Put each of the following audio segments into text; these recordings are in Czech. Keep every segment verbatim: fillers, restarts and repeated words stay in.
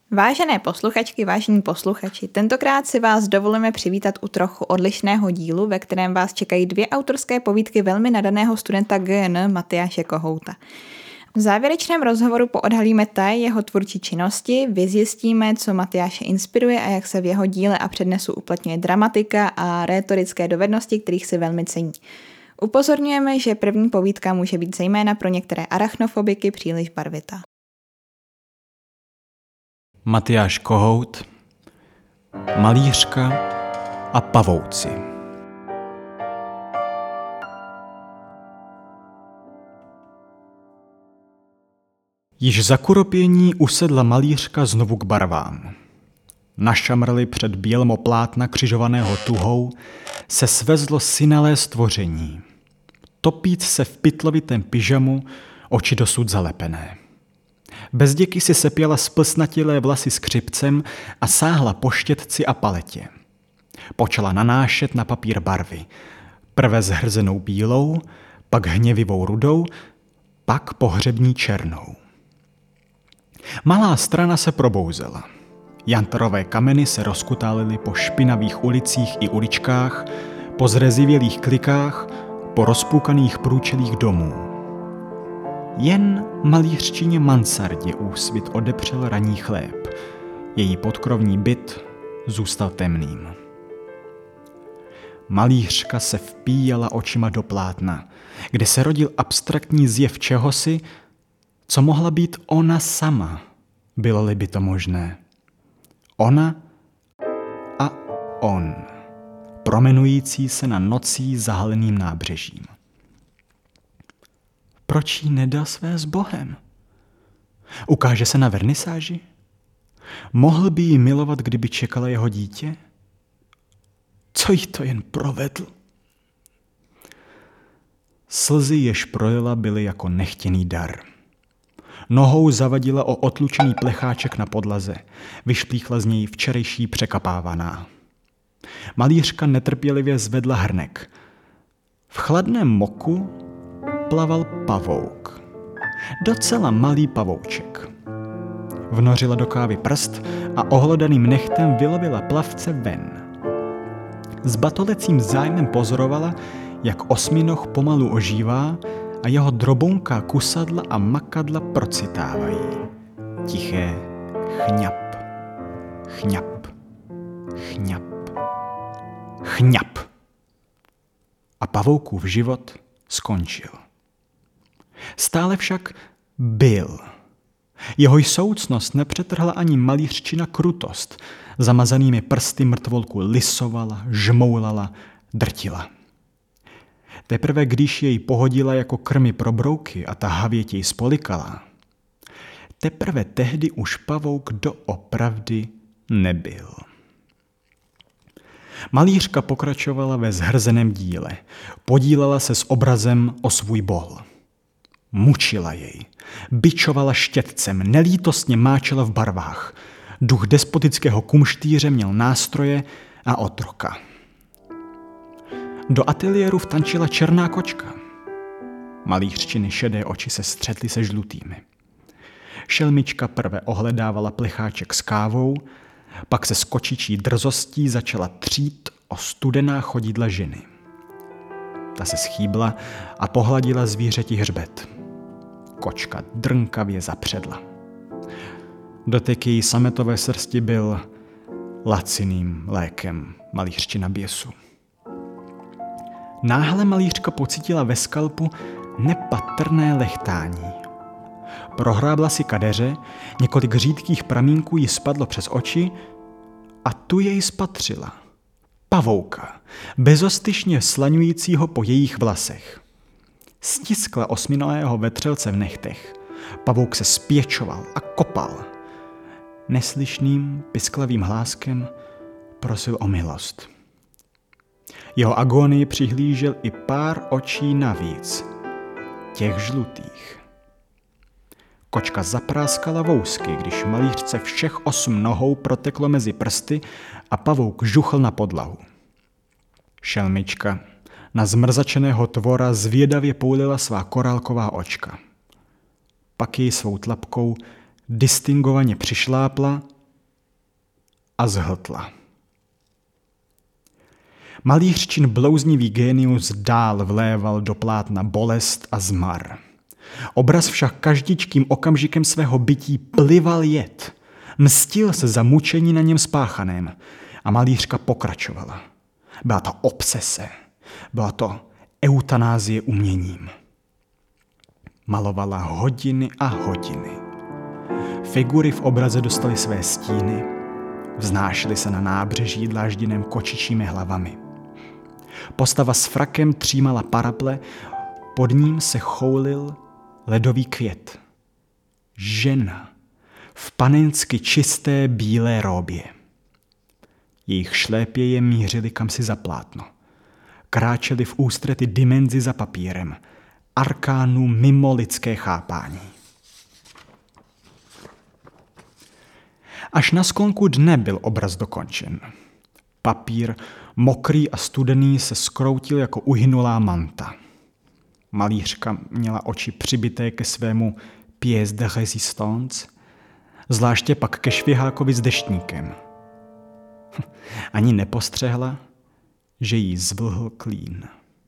Vážené posluchačky, vážení posluchači, tentokrát si vás dovolíme přivítat u trochu odlišného dílu, ve kterém vás čekají dvě autorské povídky velmi nadaného studenta G N Matyáše Kohouta. V závěrečném rozhovoru poodhalíme taj jeho tvůrčí činnosti, vyzjistíme, co Matyáše inspiruje a jak se v jeho díle a přednesu uplatňuje dramatika a rétorické dovednosti, kterých si velmi cení. Upozorňujeme, že první povídka může být zejména pro některé arachnofobiky příliš barvitá. Matyáš Kohout, Malířka a pavouci. Již za kuropění usedla malířka znovu k barvám. Na šamrli před bělmo plátna křižovaného tuhou se svezlo synalé stvoření. Topíc se v pytlovitém pyžamu, oči dosud zalepené. Bez děky si sepěla splsnatilé vlasy skřipcem a sáhla po štětci a paletě. Počala nanášet na papír barvy. Prve zhrzenou bílou, pak hněvivou rudou, pak pohřební černou. Malá strana se probouzela. Jantarové kameny se rozkutálily po špinavých ulicích i uličkách, po zrezivělých klikách, po rozpůkaných průčelích domů. Jen malířčině mansardě úsvit odepřel ranní chléb. Její podkrovní byt zůstal temným. Malířka se vpíjela očima do plátna, kde se rodil abstraktní zjev čehosi, co mohla být ona sama, bylo-li by to možné. Ona a on, promenující se na nocí zahaleným nábřežím. Proč jí nedal své s Bohem? Ukáže se na vernisáži? Mohl by jí milovat, kdyby čekala jeho dítě? Co jí to jen provedl? Slzy, jež prolila, byly jako nechtěný dar. Nohou zavadila o otlučený plecháček na podlaze. Vyšplíchla z něj včerejší překapávaná. Malířka netrpělivě zvedla hrnek. V chladném moku plaval pavouk. Docela malý pavouček. Vnořila do kávy prst a ohlodaným nechtem vylovila plavce ven. S batolecím zájmem pozorovala, jak osminoch pomalu ožívá a jeho drobounká kusadla a makadla procitávají. Tiché chňap, chňap, chňap, chňap. A pavoukův život skončil. Stále však byl. Jeho soucnost nepřetrhla ani malířčina krutost. Zamazanými prsty mrtvolku lisovala, žmoulala, drtila. Teprve když jej pohodila jako krmy pro brouky a ta havětěj spolikala, teprve tehdy už pavouk doopravdy nebyl. Malířka pokračovala ve zhrzeném díle. Podílela se s obrazem o svůj bol. Mučila jej. Bičovala štětcem, nelítostně máčela v barvách. Duch despotického kumštýře měl nástroje a otroka. Do ateliéru vtančila černá kočka. Malířčiny šedé oči se střetly se žlutými. Šelmička prve ohledávala plecháček s kávou, pak se s kočičí drzostí začala třít o studená chodidla ženy. Ta se schýbla a pohladila zvířeti hřbet. Kočka drnkavě zapředla. Dotek její sametové srsti byl laciným lékem malířčina běsu. Náhle malířka pocítila ve skalpu nepatrné lechtání. Prohrábla si kadeře, několik řídkých pramínků jí spadlo přes oči a tu jej spatřila. Pavouka, bezostyšně slaňujícího po jejich vlasech. Stiskla osminoého vetřelce v nechtech. Pavouk se spěčoval a kopal. Neslyšným, pisklavým hláskem prosil o milost. Jeho agonii přihlížel i pár očí navíc, těch žlutých. Kočka zapráskala vousky, když malířce všech osm nohou proteklo mezi prsty a pavouk žuchl na podlahu. Šelmička na zmrzačeného tvora zvědavě poulila svá korálková očka. Pak jej svou tlapkou distingovaně přišlápla a zhltla. Malířčin blouznivý génius dál vléval do plátna bolest a zmar. Obraz však každičkým okamžikem svého bytí plival jed. Mstil se za mučení na něm spáchaném a malířka pokračovala. Byla to obsese, byla to eutanázie uměním. Malovala hodiny a hodiny. Figury v obraze dostaly své stíny, vznášely se na nábřeží dlážděném kočičími hlavami. Postava s frakem třímala paraple, pod ním se choulil ledový květ. Žena v panensky čisté bílé róbě. Jejich šlépěje mířily kamsi za plátno. Kráčeli v ústrety dimenzi za papírem, arkánu mimo lidské chápání. Až na sklonku dne byl obraz dokončen. Papír, mokrý a studený, se skroutil jako uhynulá manta. Malířka měla oči přibité ke svému pièce de résistance, zvláště pak ke švihákovi s deštníkem. Ani nepostřehla, že jí zvlhl klín.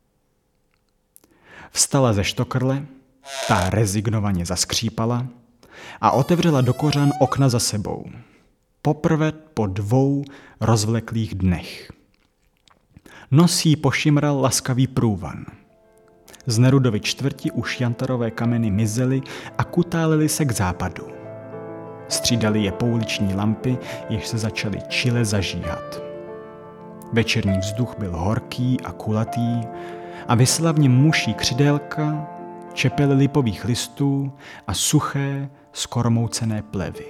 Vstala ze štokrle, ta rezignovaně zaskřípala a otevřela do kořán okna za sebou. Poprvé po dvou rozvleklých dnech. Nos jí pošimral laskavý průvan. Z Nerudovy čtvrti už jantarové kameny mizely a kutálely se k západu. Střídaly je pouliční lampy, jež se začaly čile zažíhat. Večerní vzduch byl horký a kulatý a visela v něm muší křidélka, čepel lipových listů a suché, skormoucené plevy.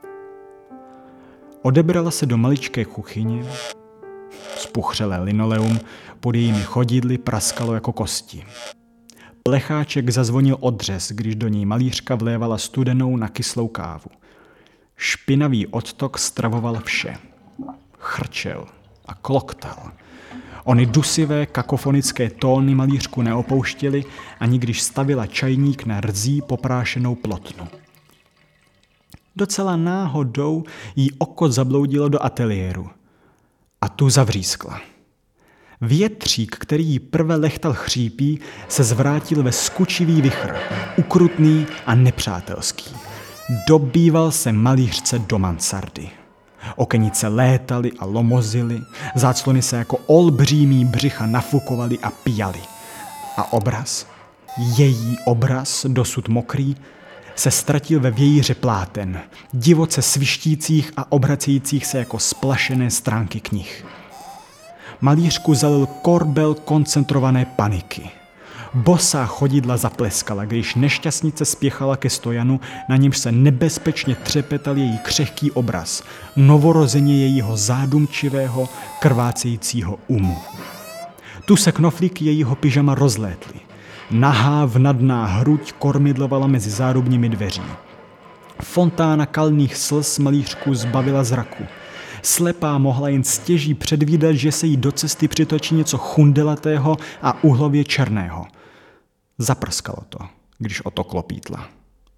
Odebrala se do maličké kuchyně, spuchřelé linoleum pod jejími chodidly praskalo jako kosti. Plecháček zazvonil odřez, když do něj malířka vlévala studenou na kyslou kávu. Špinavý odtok stravoval vše. Chrčel a kloktal. Ony dusivé kakofonické tóny malířku neopouštěly, ani když stavila čajník na rzí poprášenou plotnu. Docela náhodou jí oko zabloudilo do ateliéru a tu zavřískla. Větřík, který jí prve lechtal chřípí, se zvrátil ve skučivý vichr, ukrutný a nepřátelský. Dobýval se malířce do mansardy. Okenice létaly a lomozily, záclony se jako olbřímí břicha nafukovaly a pijaly. A obraz, její obraz, dosud mokrý, se ztratil ve vějíře pláten, divoce svištících a obracejících se jako splašené stránky knih. Malířku zalil korbel koncentrované paniky. Bosá chodidla zapleskala, když nešťastnice spěchala ke stojanu, na němž se nebezpečně třepetal její křehký obraz, novorozeně jejího zádumčivého, krvácejícího umu. Tu se knoflíky jejího pyžama rozlétly. Nahá vnadná hruď kormidlovala mezi zárubními dveří. Fontána kalných slz malířku zbavila zraku. Slepá mohla jen stěží předvídat, že se jí do cesty přitočí něco chundelatého a uhlově černého. Zaprskalo to, když o to klopítla.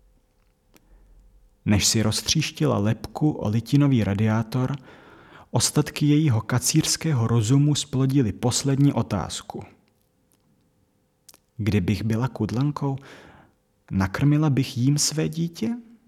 Než si roztříštila lebku o litinový radiátor, ostatky jejího kacírského rozumu splodily poslední otázku. Kdybych byla kudlankou, nakrmila bych jím své dítě?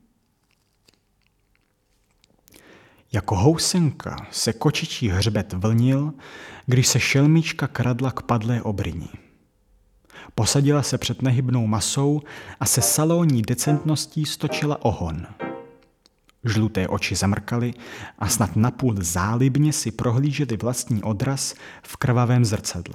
Jako housenka se kočičí hřbet vlnil, když se šelmička kradla k padlé obryni. Posadila se před nehybnou masou a se salonní decentností stočila ohon. Žluté oči zamrkaly a snad napůl zálibně si prohlíželi vlastní odraz v krvavém zrcadle.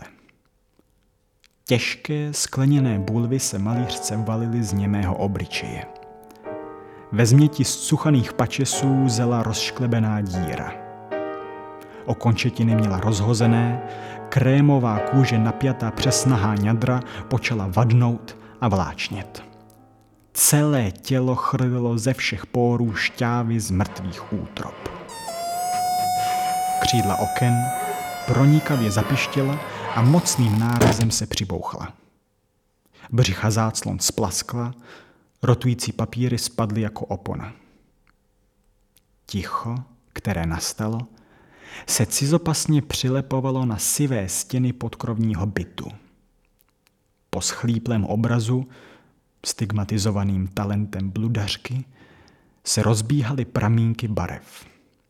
Těžké skleněné bulvy se malířce valily z němého obličeje. Ve změti zcuchaných pačesů zela rozšklebená díra. O končetiny měla rozhozené, krémová kůže napjatá přes nahá ňadra počala vadnout a vláčnět. Celé tělo chrlilo ze všech pórů šťávy z mrtvých útrop. Křídla oken pronikavě zapištěla a mocným nárazem se přibouchla. Břicha záclon splaskla, rotující papíry spadly jako opona. Ticho, které nastalo, se cizopasně přilepovalo na sivé stěny podkrovního bytu. Po schlíplém obrazu, stigmatizovaným talentem bludařky, se rozbíhaly pramínky barev.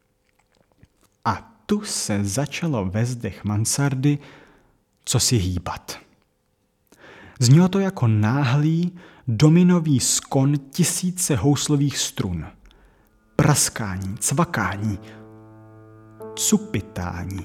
A tu se začalo ve zdech mansardy cosi hýbat. Znělo to jako náhlý dominový skon tisíce houslových strun. Praskání, cvakání, cupitání.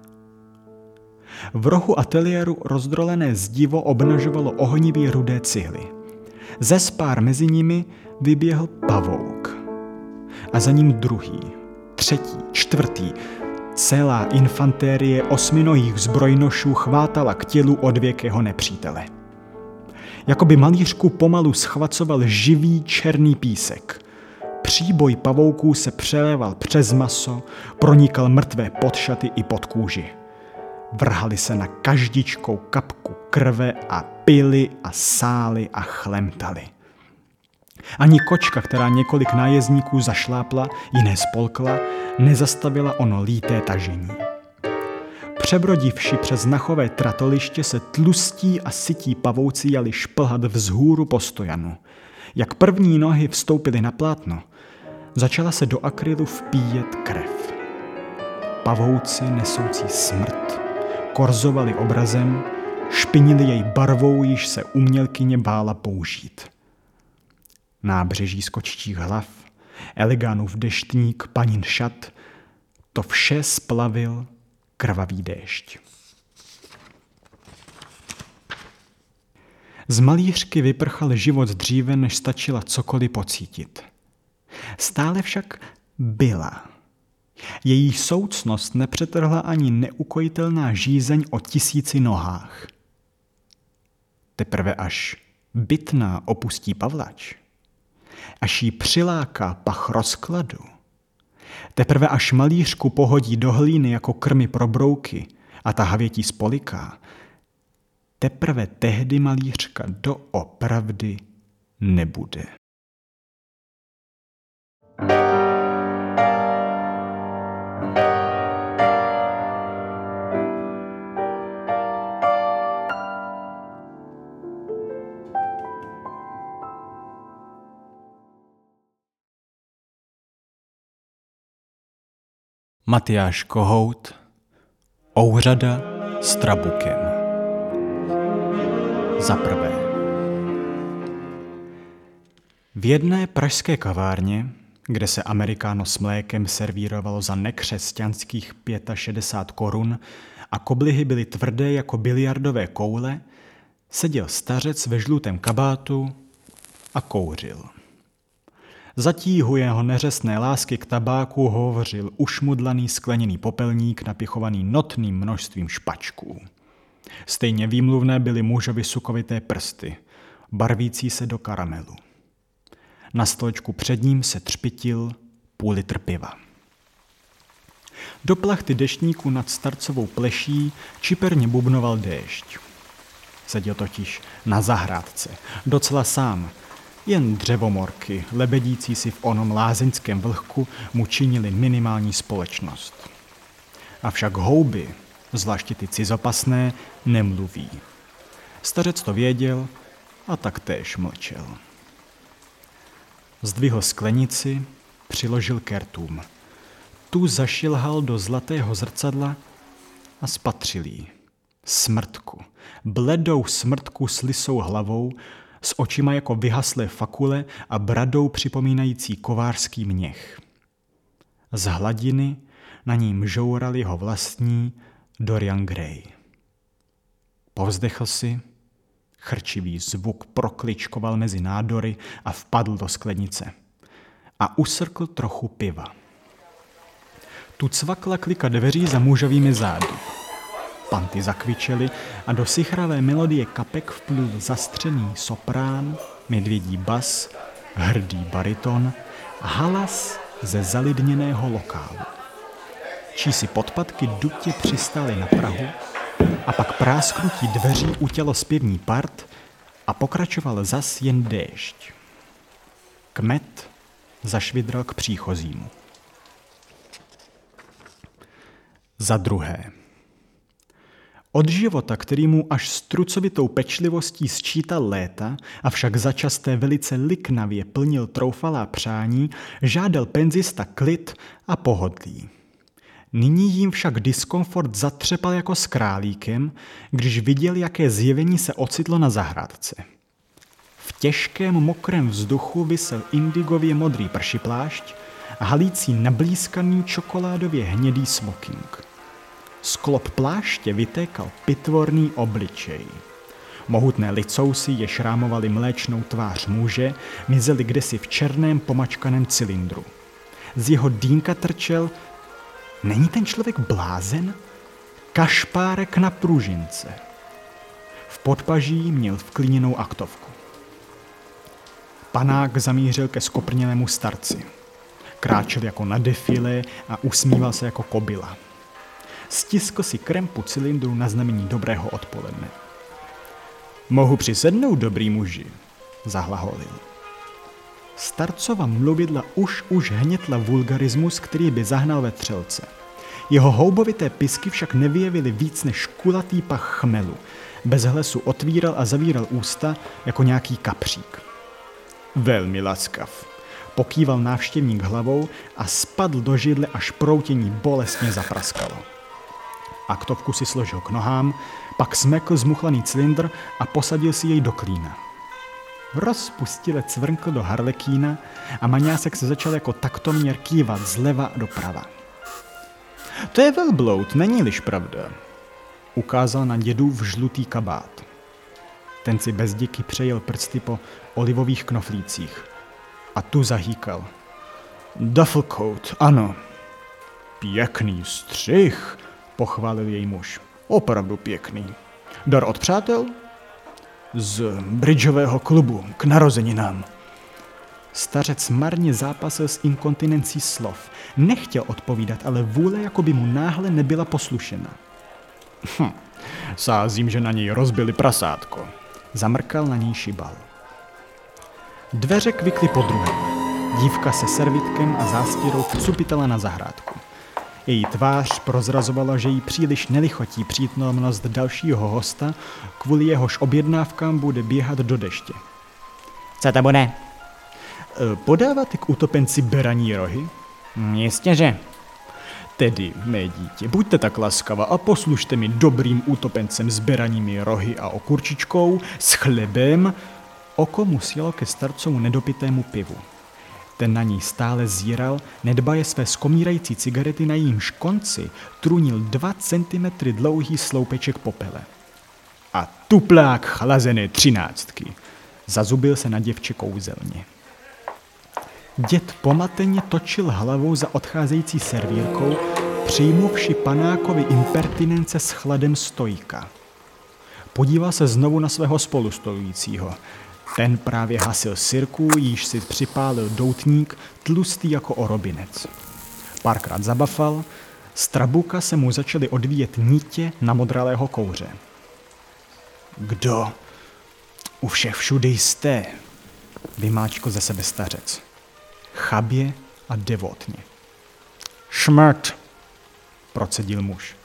V rohu ateliéru rozdrolené zdivo obnažovalo ohnivě rudé cihly. Ze spár mezi nimi vyběhl pavouk. A za ním druhý, třetí, čtvrtý. Celá infantérie osminohých zbrojnošů chvátala k tělu odvěkého nepřítele. Jakoby malířku pomalu schvacoval živý černý písek. Příboj pavouků se přeléval přes maso, pronikal mrtvé podšaty i pod kůži. Vrhali se na každičkou kapku krve a pili a sáli a chlemtali. Ani kočka, která několik nájezdníků zašlápla, jiné spolkla, nezastavila ono líté tažení. Přebrodivši přes nachové tratoliště se tlustí a sytí pavouci jali šplhat vzhůru po stojanu. Jak první nohy vstoupily na plátno, začala se do akrylu vpíjet krev. Pavouci nesoucí smrt korzovali obrazem, špinili jej barvou, již se umělkyně bála použít. Nábřeží z kočích hlav, Elegánův deštník, panin šat, to vše splavil krvavý déšť. Z malířky vyprchal život dříve, než stačila cokoliv pocítit. Stále však byla. Její soucnost nepřetrhla ani neukojitelná žízeň o tisíci nohách. Teprve až bytná opustí pavlač, až jí přiláká pach rozkladu, teprve až malířku pohodí do hlíny jako krmy pro brouky a ta havětí spoliká, teprve tehdy malířka doopravdy nebude. Matyáš Kohout, Ouřada s trabukem. Za prvé. V jedné pražské kavárně, kde se amerikáno s mlékem servírovalo za nekřesťanských šedesát pět korun a koblihy byly tvrdé jako biliardové koule, seděl stařec ve žlutém kabátu a kouřil. Za tíhu jeho neřestné lásky k tabáku hovořil ušmudlaný skleněný popelník napichovaný notným množstvím špačků. Stejně výmluvné byly mužovi sukovité prsty, barvící se do karamelu. Na stolečku před ním se třpitil půl litr piva. Do plachty deštníku nad starcovou pleší čiperně bubnoval déšť. Seděl totiž na zahrádce, docela sám. Jen dřevomorky, lebedící si v onom lázeňském vlhku, mu činili minimální společnost. Avšak houby, zvláště ty cizopasné, nemluví. Stařec to věděl a taktéž mlčel. Zdvihl sklenici, přiložil k rtům. Tu zašilhal do zlatého zrcadla a spatřil jí. Smrtku, bledou smrtku s lisou hlavou, s očima jako vyhaslé fakule a bradou připomínající kovářský měch. Z hladiny na ním žoural jeho vlastní Dorian Gray. Povzdechl si, chrčivý zvuk prokličkoval mezi nádory a vpadl do sklenice. A usrkl trochu piva. Tu cvakla klika dveří za mužovými zády. Panty zakvičely a do sichravé melodie kapek vplul zastřený soprán, medvědí bas, hrdý bariton a halas ze zalidněného lokálu. Čísi podpatky dutě přistály na prahu a pak prásknutí dveří utělo zpěvní part a pokračoval zas jen déšť. Kmet zašvidral k příchozímu. Za druhé. Od života, který mu až s trucovitou pečlivostí sčítal léta, avšak začasté velice liknavě plnil troufalá přání, žádal penzista klid a pohodlí. Nyní jim však diskomfort zatřepal jako s králíkem, když viděl, jaké zjevení se ocitlo na zahrádce. V těžkém mokrém vzduchu visel indigově modrý pršiplášť a halící nablízkaný čokoládově hnědý smoking. Z klop pláště vytékal pitvorný obličej. Mohutné licousy, jež rámovaly mléčnou tvář muže, mizely kdesi v černém pomačkaném cylindru. Z jeho dýnka trčel, není ten člověk blázen? Kašpárek na pružince. V podpaží měl vklíněnou aktovku. Panák zamířil ke skoprněnému starci. Kráčel jako na defile a usmíval se jako kobyla. Stiskl si krempu cylindru na znamení dobrého odpoledne. Mohu přisednout, dobrý muži, zahlaholil. Starcova mluvidla už už hnětla vulgarismus, který by zahnal ve třelce. Jeho houbovité pisky však nevyjevily víc než kulatý pach chmelu. Bez hlesu otvíral a zavíral ústa jako nějaký kapřík. Velmi laskav, pokýval návštěvník hlavou a spadl do židle, až proutění bolestně zapraskalo. Aktovku si složil k nohám, pak smekl zmuchlaný cylindr a posadil si jej do klína. Rozpustile cvrnkl do harlekína a maňásek se začal jako taktoměr kývat zleva doprava. To je velbloud, není-liž pravda, ukázal na dědův žlutý kabát. Ten si bez díky přejel prsty po olivových knoflících a tu zahýkal. Duffelcoat, ano. Pěkný střih, pochválil jej muž. Opravdu pěkný. Dar od přátel? Z bridžového klubu k narozeninám. Stařec marně zápasil s inkontinencí slov. Nechtěl odpovídat, ale vůle jako by mu náhle nebyla poslušena. Hm, sázím, že na něj rozbili prasátko. Zamrkal na něj šibal. Dveře kvikly podruhé. Dívka se servitkem a zástěrou vcupitala na zahrádku. Její tvář prozrazovala, že jí příliš nelichotí přítomnost dalšího hosta, kvůli jehož objednávkám bude běhat do deště. Co to bude? Podáváte k utopenci beraní rohy? Jistě, že. Tedy, mé dítě, buďte tak laskava a poslušte mi dobrým útopencem s beranými rohy a okurčičkou, s chlebem. Oko mu sjelo ke starcovu nedopitému pivu. Ten na ní stále zíral, nedbaje své skomírající cigarety, na jejímž konci trunil dva centimetry dlouhý sloupeček popele. A tuplák chlazené třináctky. Zazubil se na děvče kouzelně. Děd pomateně točil hlavou za odcházející servírkou, přijmuvši panákovi impertinence s chladem stojka. Podíval se znovu na svého spolustojícího. Ten právě hasil sirku, jíž si připálil doutník, tlustý jako orobinec. Párkrát zabafal, z trabuka se mu začaly odvíjet nítě namodralého kouře. Kdo? U všech všude jste, vymáčkl ze sebe stařec. Chabě a devotně. Šmrt, procedil muž.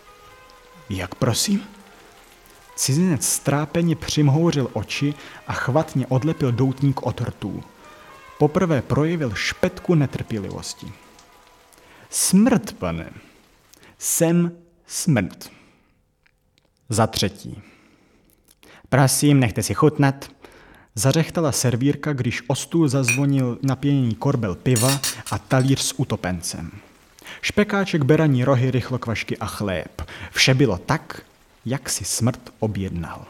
Jak prosím? Cizinec strápeně přimhouřil oči a chvatně odlepil doutník od rtů. Poprvé projevil špetku netrpělivosti. Smrt, pane. Jsem smrt. Za třetí. Prosím, nechte si chutnat. Zařechtala servírka, když o stůl zazvonil napěněný korbel piva a talíř s utopencem. Špekáček, beraní rohy, rychlokvašky a chléb. Vše bylo tak, jak si smrt objednal.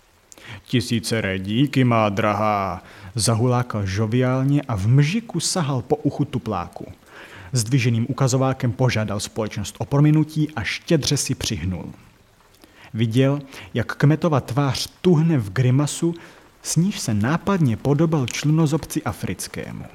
Tisíce díky, má drahá, zahulákal žoviálně a v mžiku sahal po uchu tupláku. Zdviženým ukazovákem požádal společnost o prominutí a štědře si přihnul. Viděl, jak kmetova tvář tuhne v grimasu, s níž se nápadně podobal člunozobci africkému.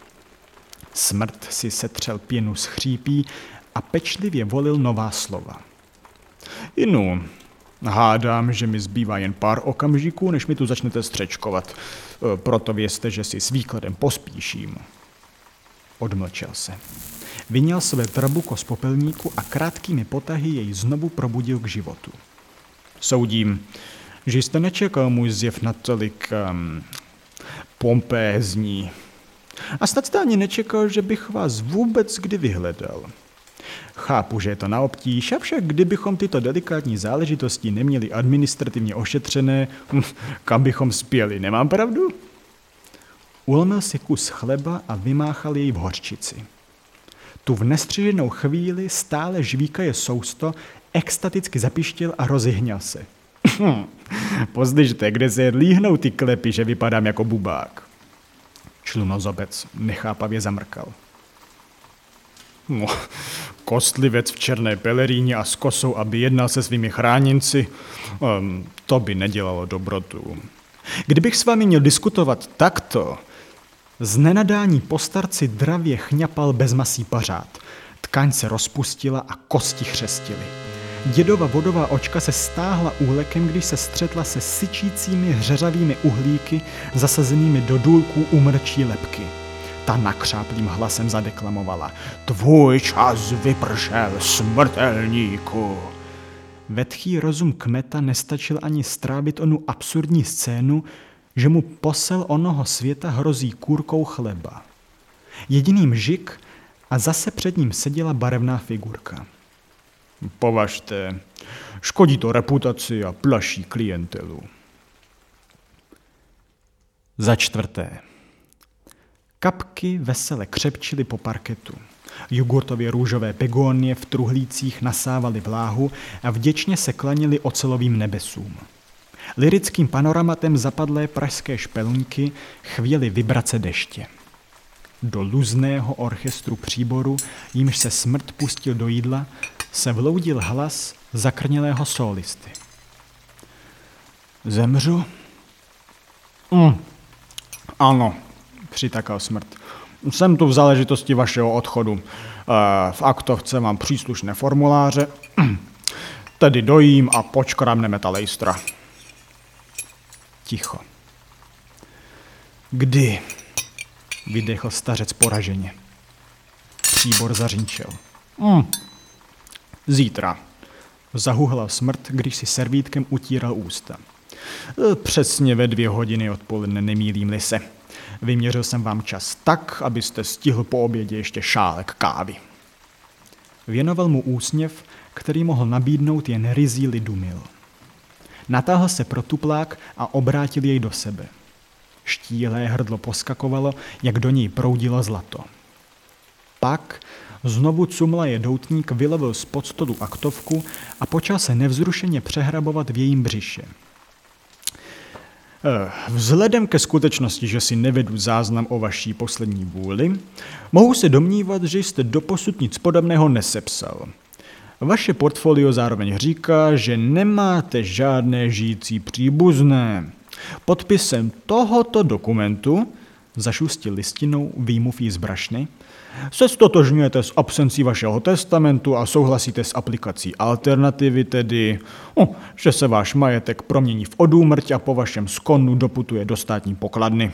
Smrt si setřel pěnu z chřípí a pečlivě volil nová slova. Inu, hádám, že mi zbývá jen pár okamžiků, než mi tu začnete střečkovat. Proto vězte, že si s výkladem pospíším. Odmlčel se. Vyněl své trabuko z popelníku a krátkými potahy jej znovu probudil k životu. Soudím, že jste nečekal můj zjev natolik um, pompézní. A snad jste ani nečekal, že bych vás vůbec kdy vyhledal. Chápu, že je to na obtíž, avšak kdybychom tyto delikátní záležitosti neměli administrativně ošetřené, kam bychom spěli, nemám pravdu? Ulomil si kus chleba a vymáchal jej v hořčici. Tu v nestřiženou chvíli stále žvíkaje sousto extaticky zapištěl a rozihněl se. Pozdržte, kde se líhnou ty klepy, že vypadám jako bubák. Člunozobec nechápavě zamrkal. No, kostlivec v černé peleríně a s kosou, aby jednal se svými chráněnci, um, to by nedělalo dobrotu. Kdybych s vámi měl diskutovat takto, z nenadání po starci dravě chňapal bezmasý pařád. Tkáň se rozpustila a kosti chřestily. Dědova vodová očka se stáhla úlekem, když se střetla se syčícími hřeřavými uhlíky zasazenými do důlků umrčí lebky. Ta nakřáplým hlasem zadeklamovala: Tvůj čas vypršel, smrtelníku. Vetchý rozum kmeta nestačil ani strávit onu absurdní scénu, že mu posel onoho světa hrozí kůrkou chleba. Jediný mžik a zase před ním seděla barevná figurka. Považte, škodí to reputaci a plaší klientelu. Za čtvrté. Kapky vesele křepčily po parketu. Jogurtově růžové pegonie v truhlících nasávaly vláhu a vděčně se klanily ocelovým nebesům. Lyrickým panoramatem zapadlé pražské špeluňky chvěly vibrace deště. Do luzného orchestru příboru, jímž se smrt pustil do jídla, se vloudil hlas zakrnělého sólisty. Zemřu? Mm. Ano, přitakal smrt. Jsem tu v záležitosti vašeho odchodu. V aktovce mám příslušné formuláře, tedy dojím a počkramneme ta lejstra. Ticho. Kdy? Vydechl stařec poraženě. Příbor zařinčel. Mm. Zítra. Zahuhlal smrt, když si servítkem utíral ústa. Přesně ve dvě hodiny odpoledne, nemýlím-li se. Vyměřil jsem vám čas tak, abyste stihl po obědě ještě šálek kávy. Věnoval mu úsměv, který mohl nabídnout jen ryzí lidumil. Natáhl se pro tuplák a obrátil jej do sebe. Štíhlé hrdlo poskakovalo, jak do něj proudilo zlato. Pak znovu cumlaje doutník vylevil spod stolu aktovku a počal se nevzrušeně přehrabovat v jejím břiše. Vzhledem ke skutečnosti, že si nevedu záznam o vaší poslední vůli, mohu se domnívat, že jste doposud nic podobného nesepsal. Vaše portfolio zároveň říká, že nemáte žádné žijící příbuzné. Podpisem tohoto dokumentu, zašustil listinou, výjmuv jí z brašny, se stotožňujete s absencí vašeho testamentu a souhlasíte s aplikací alternativy, tedy, oh, že se váš majetek promění v odúmrť a po vašem skonu doputuje do státní pokladny.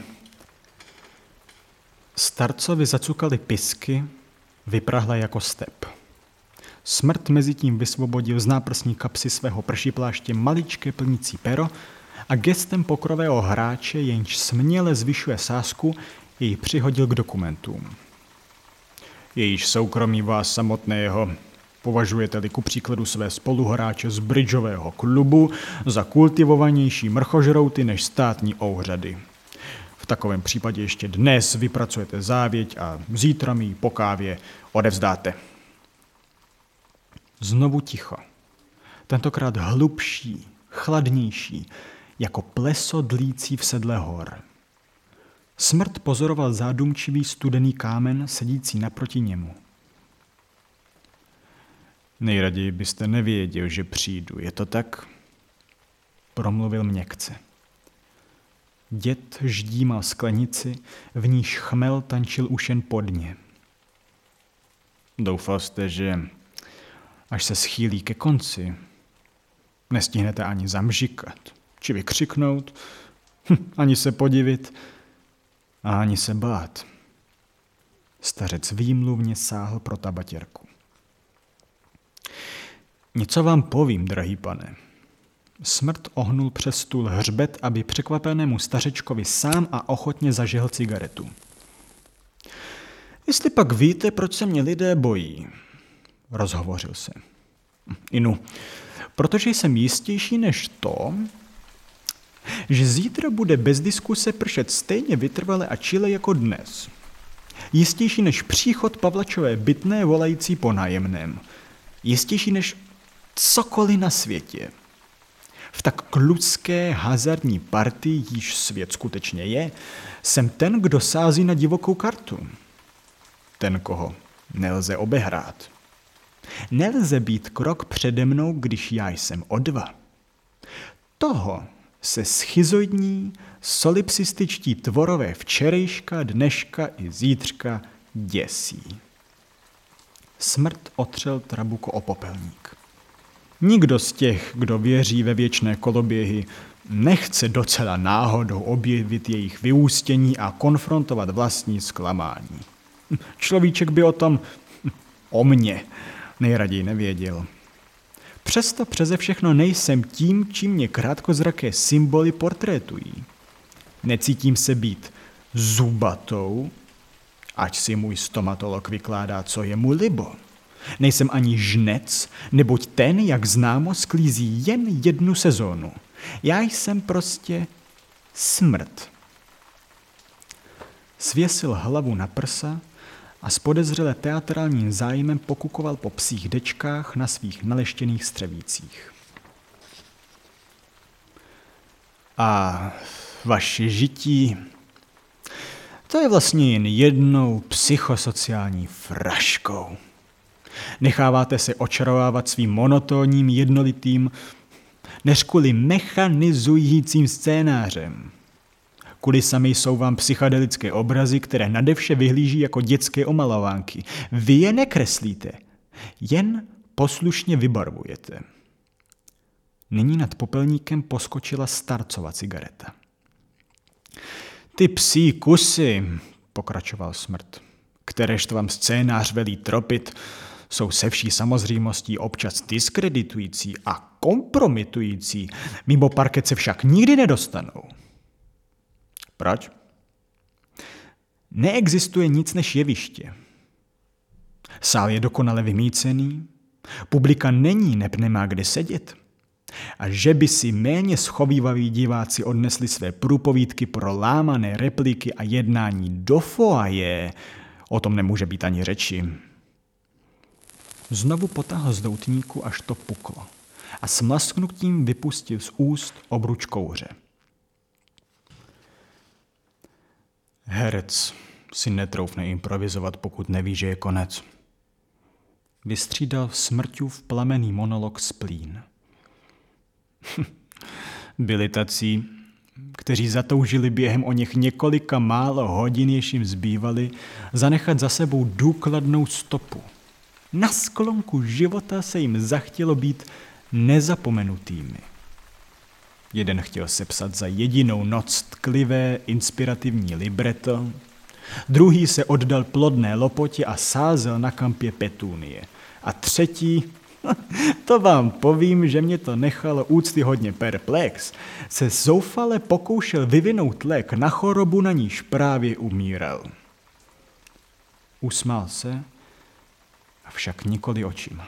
Starcovi zacukaly pisky, vyprahlé jako step. Smrt mezitím vysvobodil z náprsní kapsy svého pršipláště maličké plnící pero a gestem pokrového hráče, jenž směle zvyšuje sázku, jej přihodil k dokumentům. Jejíž soukromí vás samotného, považujete-li ku příkladu své spoluhráče z bridžového klubu za kultivovanější mrchožrouty než státní ouřady. V takovém případě ještě dnes vypracujete závěť a zítra mi ji po kávě odevzdáte. Znovu ticho. Tentokrát hlubší, chladnější, jako pleso dlící v sedle hor. Smrt pozoroval zádumčivý studený kámen sedící naproti němu. Nejraději byste nevěděl, že přijdu, je to tak? Promluvil měkce. Děd ždímal sklenici, v níž chmel tančil už jen pod ně. Doufal jste, že až se schýlí ke konci, nestihnete ani zamžikat, či vykřiknout, hm, ani se podivit, a ani se bát. Stařec výmluvně sáhl pro tabatěrku. Něco vám povím, drahý pane. Smrt ohnul přes stůl hřbet, aby překvapenému stařečkovi sám a ochotně zažehl cigaretu. Jestli pak víte, proč se mě lidé bojí, rozhovořil se. Inu, protože jsem jistější než to, že zítra bude bez diskuse pršet stejně vytrvale a čile jako dnes. Jistější než příchod Pavlačové bytné volající po nájemném. Jistější než cokoliv na světě. V tak kludské hazardní partii, jíž svět skutečně je, jsem ten, kdo sází na divokou kartu. Ten, koho nelze obehrát. Nelze být krok přede mnou, když já jsem o dva. Toho se schizoidní, solipsističtí tvorové včerejška, dneška i zítřka děsí. Smrt otřel trabuko o popelník. Nikdo z těch, kdo věří ve věčné koloběhy, nechce docela náhodou objevit jejich vyústění a konfrontovat vlastní zklamání. Človíček by o tom, o mně, nejraději nevěděl. Přesto přeze všechno nejsem tím, čím mě krátkozraké symboly portrétují. Necítím se být zubatou, ať si můj stomatolog vykládá, co je mu libo. Nejsem ani žnec, neboť ten, jak známo, sklízí jen jednu sezónu. Já jsem prostě smrt. Svěsil hlavu na prsa a s podezřele teatrálním zájmem pokukoval po psích dečkách na svých naleštěných střevících. A vaše žití, to je vlastně jen jednou psychosociální fraškou. Necháváte se očarovávat svým monotónním, jednolitým, než kvůli mechanizujícím scénářem. Kulisami jsou vám psychedelické obrazy, které nadevše vyhlíží jako dětské omalovánky. Vy je nekreslíte, jen poslušně vybarvujete. Nyní nad popelníkem poskočila starcova cigareta. Ty psí kusy, pokračoval Smrt, kteréžto vám scénář velí tropit, jsou se vší samozřejmostí občas diskreditující a kompromitující, mimo parket se však nikdy nedostanou. Proč? Neexistuje nic než jeviště. Sál je dokonale vymýcený, publika není, neb nemá kde sedět. A že by si méně schovývaví diváci odnesli své průpovídky pro lámané repliky a jednání do foaje, o tom nemůže být ani řeči. Znovu potáhl z doutníku, až to puklo a s mlasknutím vypustil z úst obruč kouře. Herec si netroufne improvizovat, pokud neví, že je konec. Vystřídal Smrťův plamenný monolog splín. Byli tací, kteří zatoužili během o něch několika málo hodin, jež jim zbývali, zanechat za sebou důkladnou stopu. Na sklonku života se jim zachtělo být nezapomenutými. Jeden chtěl sepsat za jedinou noc tklivé, inspirativní libreto, druhý se oddal plodné lopotě a sázel na kampě petunie. A třetí, to vám povím, že mě to nechalo úctyhodně perplex, se zoufale pokoušel vyvinout lék na chorobu, na níž právě umíral. Usmál se, avšak nikoli očima.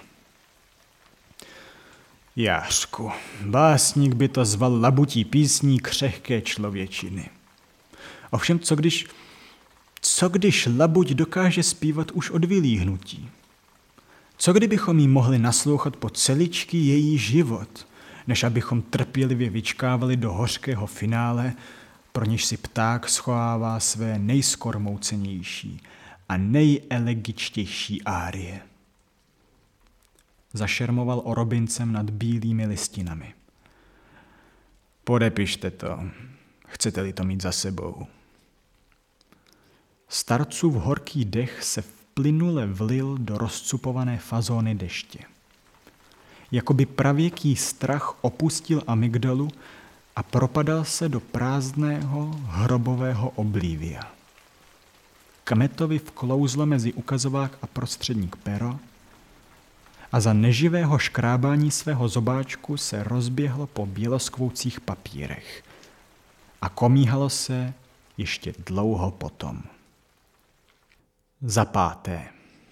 Jářku, básník by to zval labutí písní křehké člověčiny. Ovšem, co když, co když labuť dokáže zpívat už od vylíhnutí? Co kdybychom jí mohli naslouchat po celičký její život, než abychom trpělivě vyčkávali do hořkého finále, pro něž si pták schovává své nejskormoucenější a nejelegičtější árie. Zašermoval orobincem nad bílými listinami. Podepište to, chcete-li to mít za sebou. Starcův horký dech se plynule vlil do rozcupované fazóny deště. Jakoby pravěký strach opustil amygdalu a propadal se do prázdného hrobového oblívia. Kmetovi vklouzlo mezi ukazovák a prostředník pero a za neživého škrábání svého zobáčku se rozběhlo po běloskvoucích papírech a komíhalo se ještě dlouho potom. Za páté.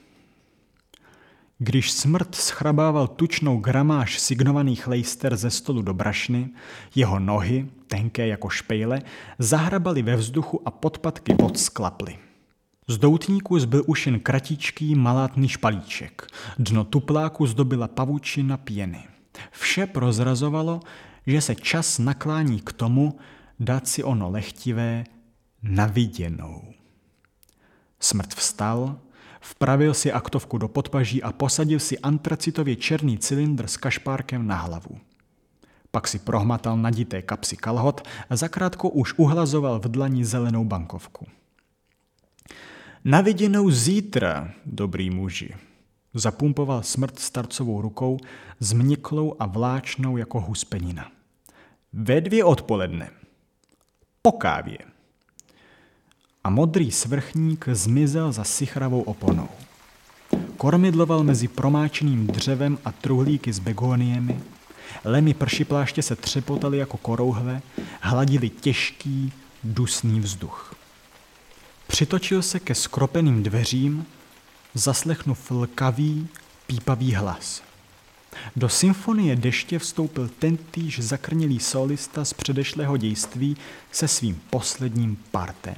Když Smrt schrabával tučnou gramáž signovaných lejster ze stolu do brašny, jeho nohy, tenké jako špejle, zahrabaly ve vzduchu a podpatky odsklaply. Z doutníku zbyl už jen kratičký malátný špalíček. Dno tupláku zdobila pavučina pěny. Vše prozrazovalo, že se čas naklání k tomu dát si ono lehtivé na viděnou. Smrt vstal, vpravil si aktovku do podpaží a posadil si antracitově černý cylindr s kašpárkem na hlavu. Pak si prohmatal nadité kapsy kalhot a zakrátko už uhlazoval v dlani zelenou bankovku. Na viděnou zítra, dobrý muži, zapumpoval Smrt starcovou rukou, změklou a vláčnou jako huspenina. Ve dvě odpoledne. Po kávě. A modrý svrchník zmizel za sichravou oponou. Kormidloval mezi promáčeným dřevem a truhlíky s begoniemi, lemy pršipláště se třepotaly jako korouhve, hladili těžký, dusný vzduch. Přitočil se ke skropeným dveřím, zaslechnuv lkavý, pípavý hlas. Do symfonie deště vstoupil tentýž zakrnělý solista z předešlého dějství se svým posledním partem.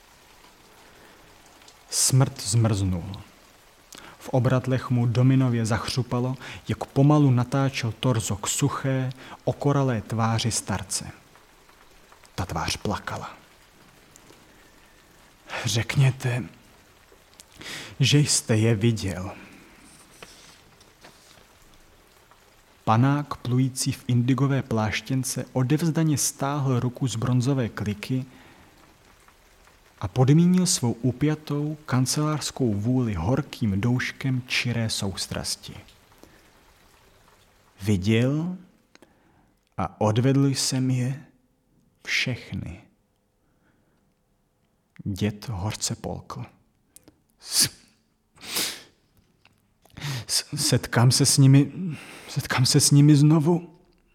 Smrt zmrznul. V obratlech mu dominově zachřupalo, jak pomalu natáčel torzo k suché, okoralé tváři starce. Ta tvář plakala. Řekněte, že jste je viděl. Panák plující v indigové pláštěnce odevzdaně stáhl ruku z bronzové kliky a podmínil svou upjatou kancelářskou vůli horkým douškem čiré soustrasti. Viděl a odvedl jsem je všechny. Děd hořce polkl. S... S... Setkám se s nimi... Setkám se s nimi znovu.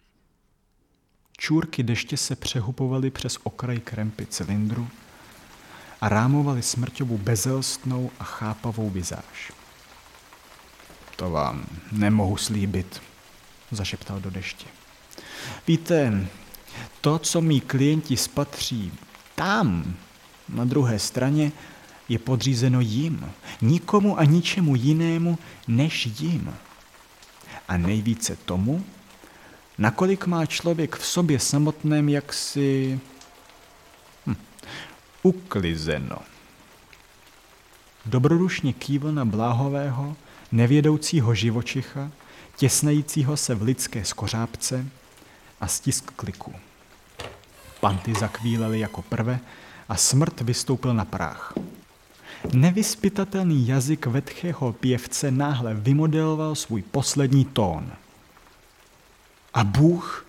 Čůrky deště se přehupovaly přes okraj krempy cylindru a rámovaly Smrťovu bezelstnou a chápavou vizáž. To vám nemohu slíbit, zašeptal do deště. Víte, to, co mí klienti spatří tam, na druhé straně, je podřízeno jim, nikomu a ničemu jinému než jim. A nejvíce tomu, nakolik má člověk v sobě samotném jaksi hm, uklizeno. Dobrodušně kývl na bláhového, nevědoucího živočicha, těsnajícího se v lidské skořápce a stisk kliku. Panty zakvílely jako prve a Smrt vystoupil na práh. Nevyzpytatelný jazyk vetchého pěvce náhle vymodeloval svůj poslední tón. A Bůh?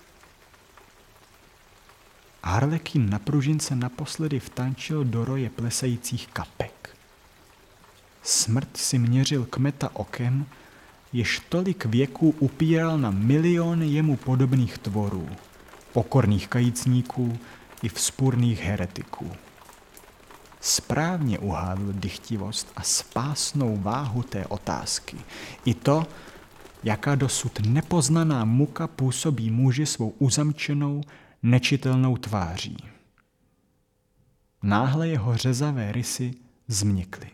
Harlekin na pružince naposledy vtančil do roje plesajících kapek. Smrt si měřil kmeta okem, jež tolik věků upíral na miliony jemu podobných tvorů, pokorných kajícníků i vzpůrných heretiků. Správně uhádl dychtivost a spásnou váhu té otázky. I to, jaká dosud nepoznaná muka působí muži svou uzamčenou, nečitelnou tváří. Náhle jeho řezavé rysy změkly.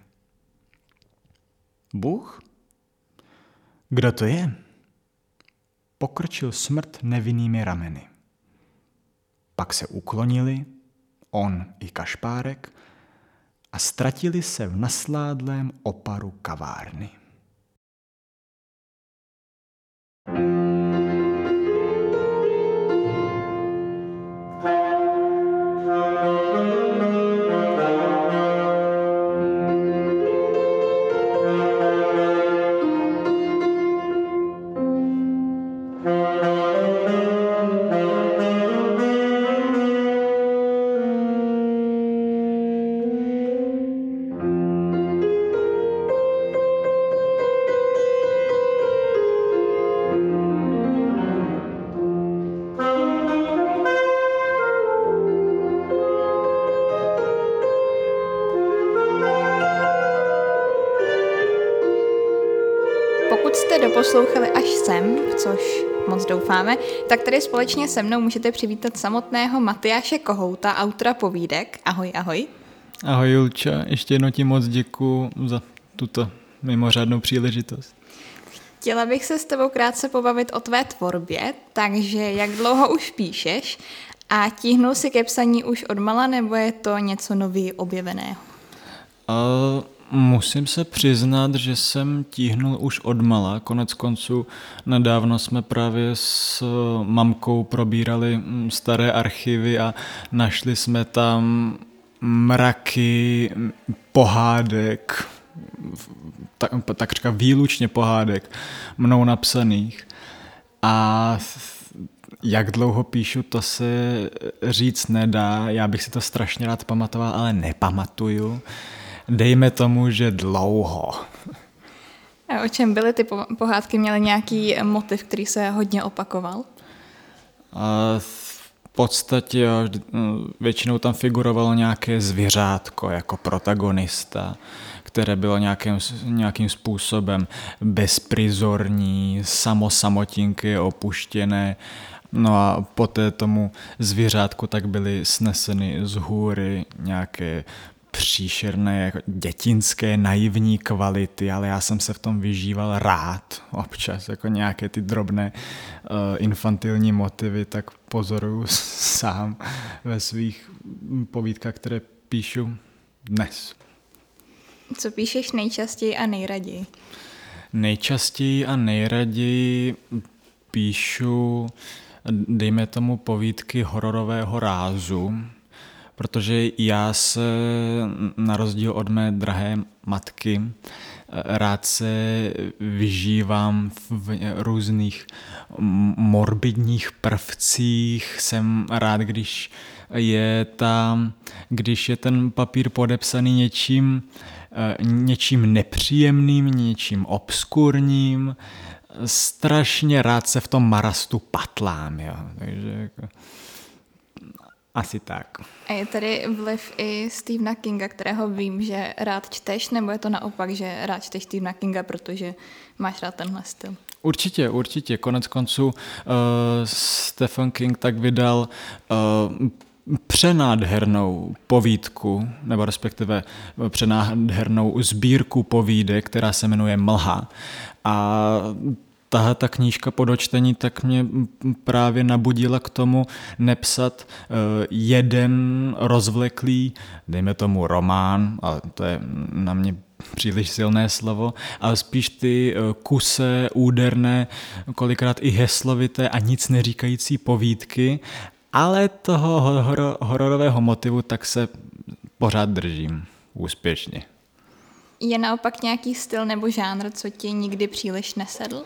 Bůh? Kdo to je? Pokrčil Smrt nevinnými rameny. Pak se uklonili, on i kašpárek, a ztratili se v nasládlém oparu kavárny. Pokud jste doposlouchali až sem, což moc doufáme, tak tady společně se mnou můžete přivítat samotného Matyáše Kohouta, autora povídek. Ahoj, ahoj. Ahoj Julča, ještě jednou ti moc děkuju za tuto mimořádnou příležitost. Chtěla bych se s tebou krátce pobavit o tvé tvorbě, takže jak dlouho už píšeš a tíhnul si ke psaní už odmala, nebo je to něco nový objeveného? Uh, musím se přiznat, že jsem tíhnul už odmala. Konec konců nedávno jsme právě s mamkou probírali staré archivy a našli jsme tam mraky pohádek, tak, takřka výlučně pohádek mnou napsaných. A jak dlouho píšu, to se říct nedá. Já bych si to strašně rád pamatoval, ale nepamatuju. Dejme tomu, že dlouho. A o čem byly ty pohádky? Měly nějaký motiv, který se hodně opakoval? A v podstatě jo, většinou tam figurovalo nějaké zvířátko jako protagonista, které bylo nějakým, nějakým způsobem bezprizorní, samosamotinky, opuštěné. No a poté tomu zvířátku tak byly sneseny z hůry nějaké příšerné, jako dětinské, naivní kvality, ale já jsem se v tom vyžíval rád občas, jako nějaké ty drobné uh, infantilní motivy, tak pozoruju sám ve svých povídkách, které píšu dnes. Co píšeš nejčastěji a nejraději? Nejčastěji a nejraději píšu, dejme tomu, povídky hororového rázu, protože já se, na rozdíl od mé drahé matky, rád se vyžívám v různých morbidních prvcích. Jsem rád, když je tam, když je ten papír podepsaný něčím, něčím nepříjemným, něčím obskurním. Strašně rád se v tom marastu patlám, jo. Takže jako asi tak. A je tady vliv i Stephena Kinga, kterého vím, že rád čteš, nebo je to naopak, že rád čteš Stephena Kinga, protože máš rád tenhle styl? Určitě, určitě. Konec konců uh, Stephen King tak vydal uh, přenádhernou povídku, nebo respektive přenádhernou sbírku povídek, která se jmenuje Mlha. A tahle ta knížka po dočtení tak mě právě nabudila k tomu nepsat uh, jeden rozvleklý, dejme tomu román, ale to je na mě příliš silné slovo, ale spíš ty uh, kusé, úderné, kolikrát i heslovité a nic neříkající povídky, ale toho hor- hororového motivu tak se pořád držím úspěšně. Je naopak nějaký styl nebo žánr, co ti nikdy příliš nesedl?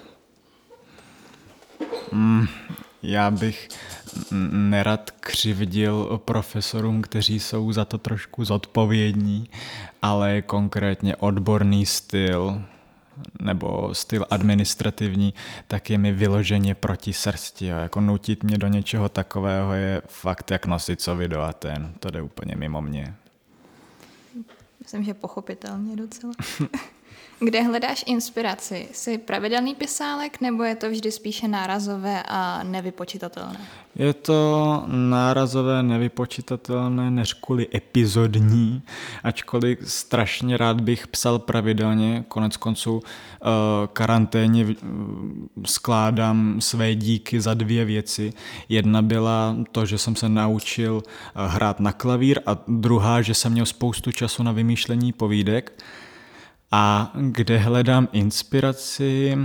Mm, já bych nerad křivdil profesorům, kteří jsou za to trošku zodpovědní, ale konkrétně odborný styl nebo styl administrativní, tak je mi vyloženě proti srsti. Jako nutit mě do něčeho takového je fakt jak Nosicovi do Aten. To jde úplně mimo mě. Myslím, že pochopitelně docela. Kde hledáš inspiraci? Jsi pravidelný pisálek, nebo je to vždy spíše nárazové a nevypočitatelné? Je to nárazové, nevypočitatelné, než kvůli epizodní, ačkoliv strašně rád bych psal pravidelně. Konec konců karanténě skládám své díky za dvě věci. Jedna byla to, že jsem se naučil hrát na klavír, a druhá, že jsem měl spoustu času na vymýšlení povídek. A kde hledám inspiraci,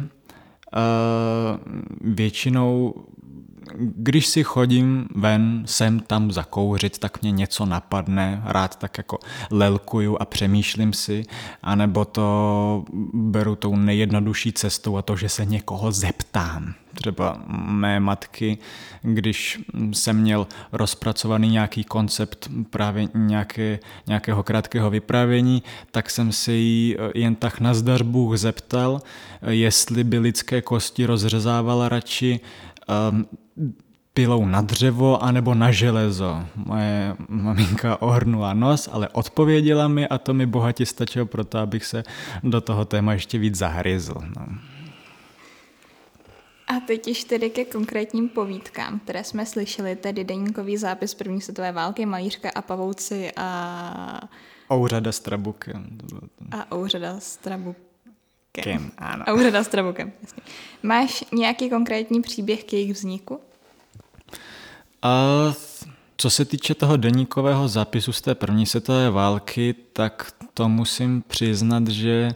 většinou, když si chodím ven, sem tam zakouřit, tak mě něco napadne, rád tak jako lelkuju a přemýšlím si, anebo to beru tou nejjednodušší cestou, a to, že se někoho zeptám. Třeba mé matky, když jsem měl rozpracovaný nějaký koncept právě nějaké, nějakého krátkého vyprávění, tak jsem se jí jen tak na zdař Bůh zeptal, jestli by lidské kosti rozřezávala radši um, pilou na dřevo anebo na železo. Moje maminka ohrnula nos, ale odpověděla mi, a to mi bohatě stačilo pro to, abych se do toho téma ještě víc zahryzl. No. A teď již tedy ke konkrétním povídkám, které jsme slyšeli, tedy deníkový zápis první světové války, Malířka a pavouci a... Ouřada s trabukem. A Ouřada s trabukem. Kim, ano. Ouřada s trabukem, jasně. Máš nějaký konkrétní příběh k jejich vzniku? A co se týče toho deníkového zápisu z té první světové války, tak to musím přiznat, že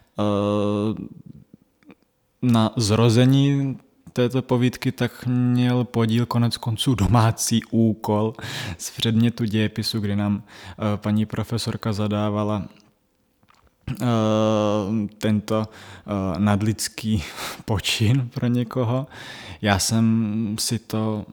na zrození této povídky tak měl podíl konec konců domácí úkol z předmětu dějepisu, kdy nám paní profesorka zadávala tento nadlidský počin pro někoho. Já jsem si to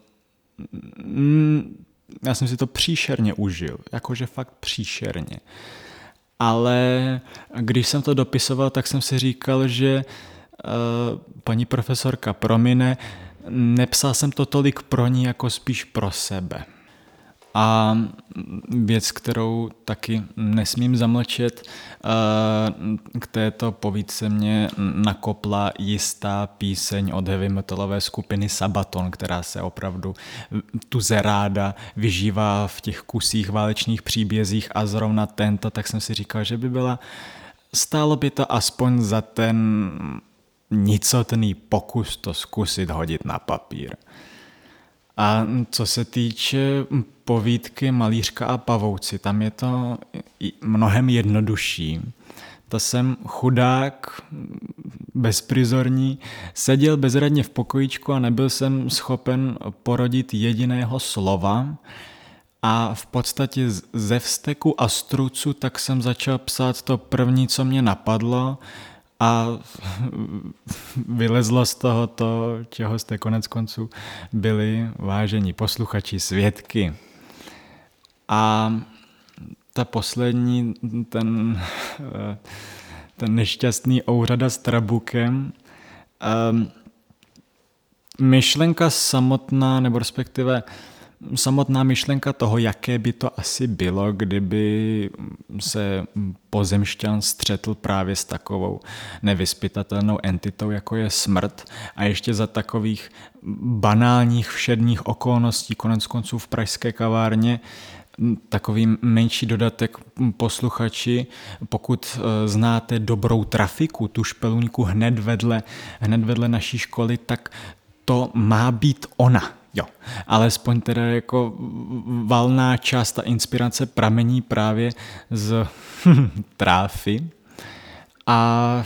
já jsem si to příšerně užil, jakože fakt příšerně. Ale když jsem to dopisoval, tak jsem si říkal, že uh, paní profesorka promine, nepsal jsem to tolik pro ní, jako spíš pro sebe. A věc, kterou taky nesmím zamlčet, k této povídce mě nakopla jistá píseň od heavy metalové skupiny Sabaton, která se opravdu tuze ráda vyžívá v těch kusích válečných příbězích a zrovna tento, tak jsem si říkal, že by byla, stálo by to aspoň za ten nicotný pokus to zkusit hodit na papír. A co se týče povídky Malířka a pavouci, tam je to mnohem jednodušší. To jsem chudák, bezprizorní, seděl bezradně v pokojíčku a nebyl jsem schopen porodit jediného slova. A v podstatě ze vzteku a strucu tak jsem začal psát to první, co mě napadlo, a vylezlo z toho to, čeho jste konec konců byli vážení posluchači svědky. A ta poslední, ten, ten nešťastný Ouřada s trabukem, myšlenka samotná, nebo respektive samotná myšlenka toho, jaké by to asi bylo, kdyby se pozemšťan střetl právě s takovou nevyzpytatelnou entitou, jako je smrt, a ještě za takových banálních všedních okolností, konec konců v pražské kavárně, takový menší dodatek posluchači, pokud znáte Dobrou trafiku, tu špeluňku hned vedle, hned vedle naší školy, tak to má být ona. Jo, alespoň teda jako valná část a inspirace pramení právě z tráfy. A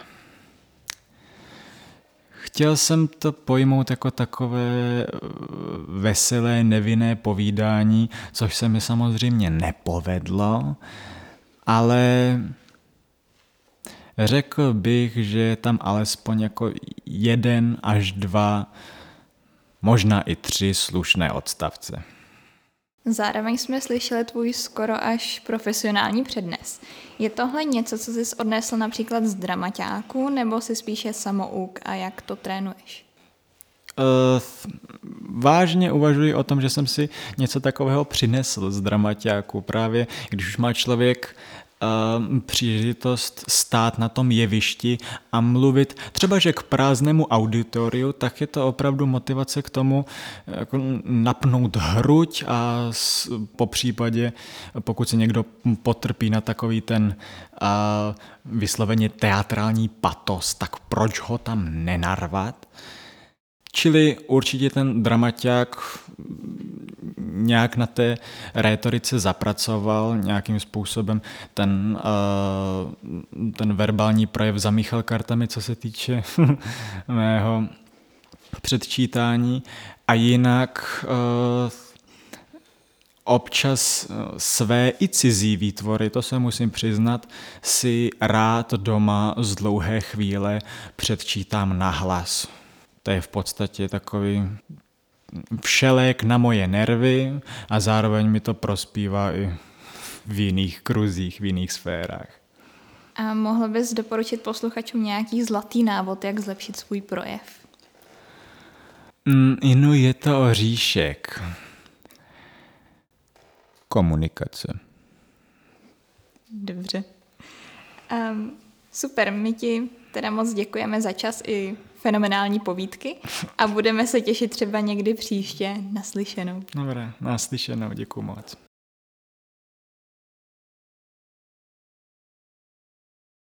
chtěl jsem to pojmout jako takové veselé, nevinné povídání, což se mi samozřejmě nepovedlo, ale řekl bych, že je tam alespoň jako jeden až dva, možná i tři slušné odstavce. Zároveň jsme slyšeli tvůj skoro až profesionální přednes. Je tohle něco, co jsi odnesl například z dramaťáku, nebo si spíše samouk a jak to trénuješ? Uh, vážně uvažuji o tom, že jsem si něco takového přinesl z dramaťáku. Právě když už má člověk uh, příležitost stát na tom jevišti a mluvit třeba, že k prázdnému auditoriu, tak je to opravdu motivace k tomu jako napnout hruď a s, po případě, pokud se někdo potrpí na takový ten uh, vysloveně teatrální patos, tak proč ho tam nenarvat? Čili určitě ten dramaťák nějak na té rétorice zapracoval, nějakým způsobem ten, uh, ten verbální projev zamíchal kartami, co se týče mého předčítání. A jinak uh, občas své i cizí výtvory, to se musím přiznat, si rád doma z dlouhé chvíle předčítám nahlas. To je v podstatě takový všelék na moje nervy a zároveň mi to prospívá i v jiných kruzích, v jiných sférách. A mohl bys doporučit posluchačům nějaký zlatý návod, jak zlepšit svůj projev? Mm, inu je to oříšek. Komunikace. Dobře. Um, super, my ti teda moc děkujeme za čas i fenomenální povídky a budeme se těšit třeba někdy příště naslyšenou. Dobré, naslyšenou, děkuju moc.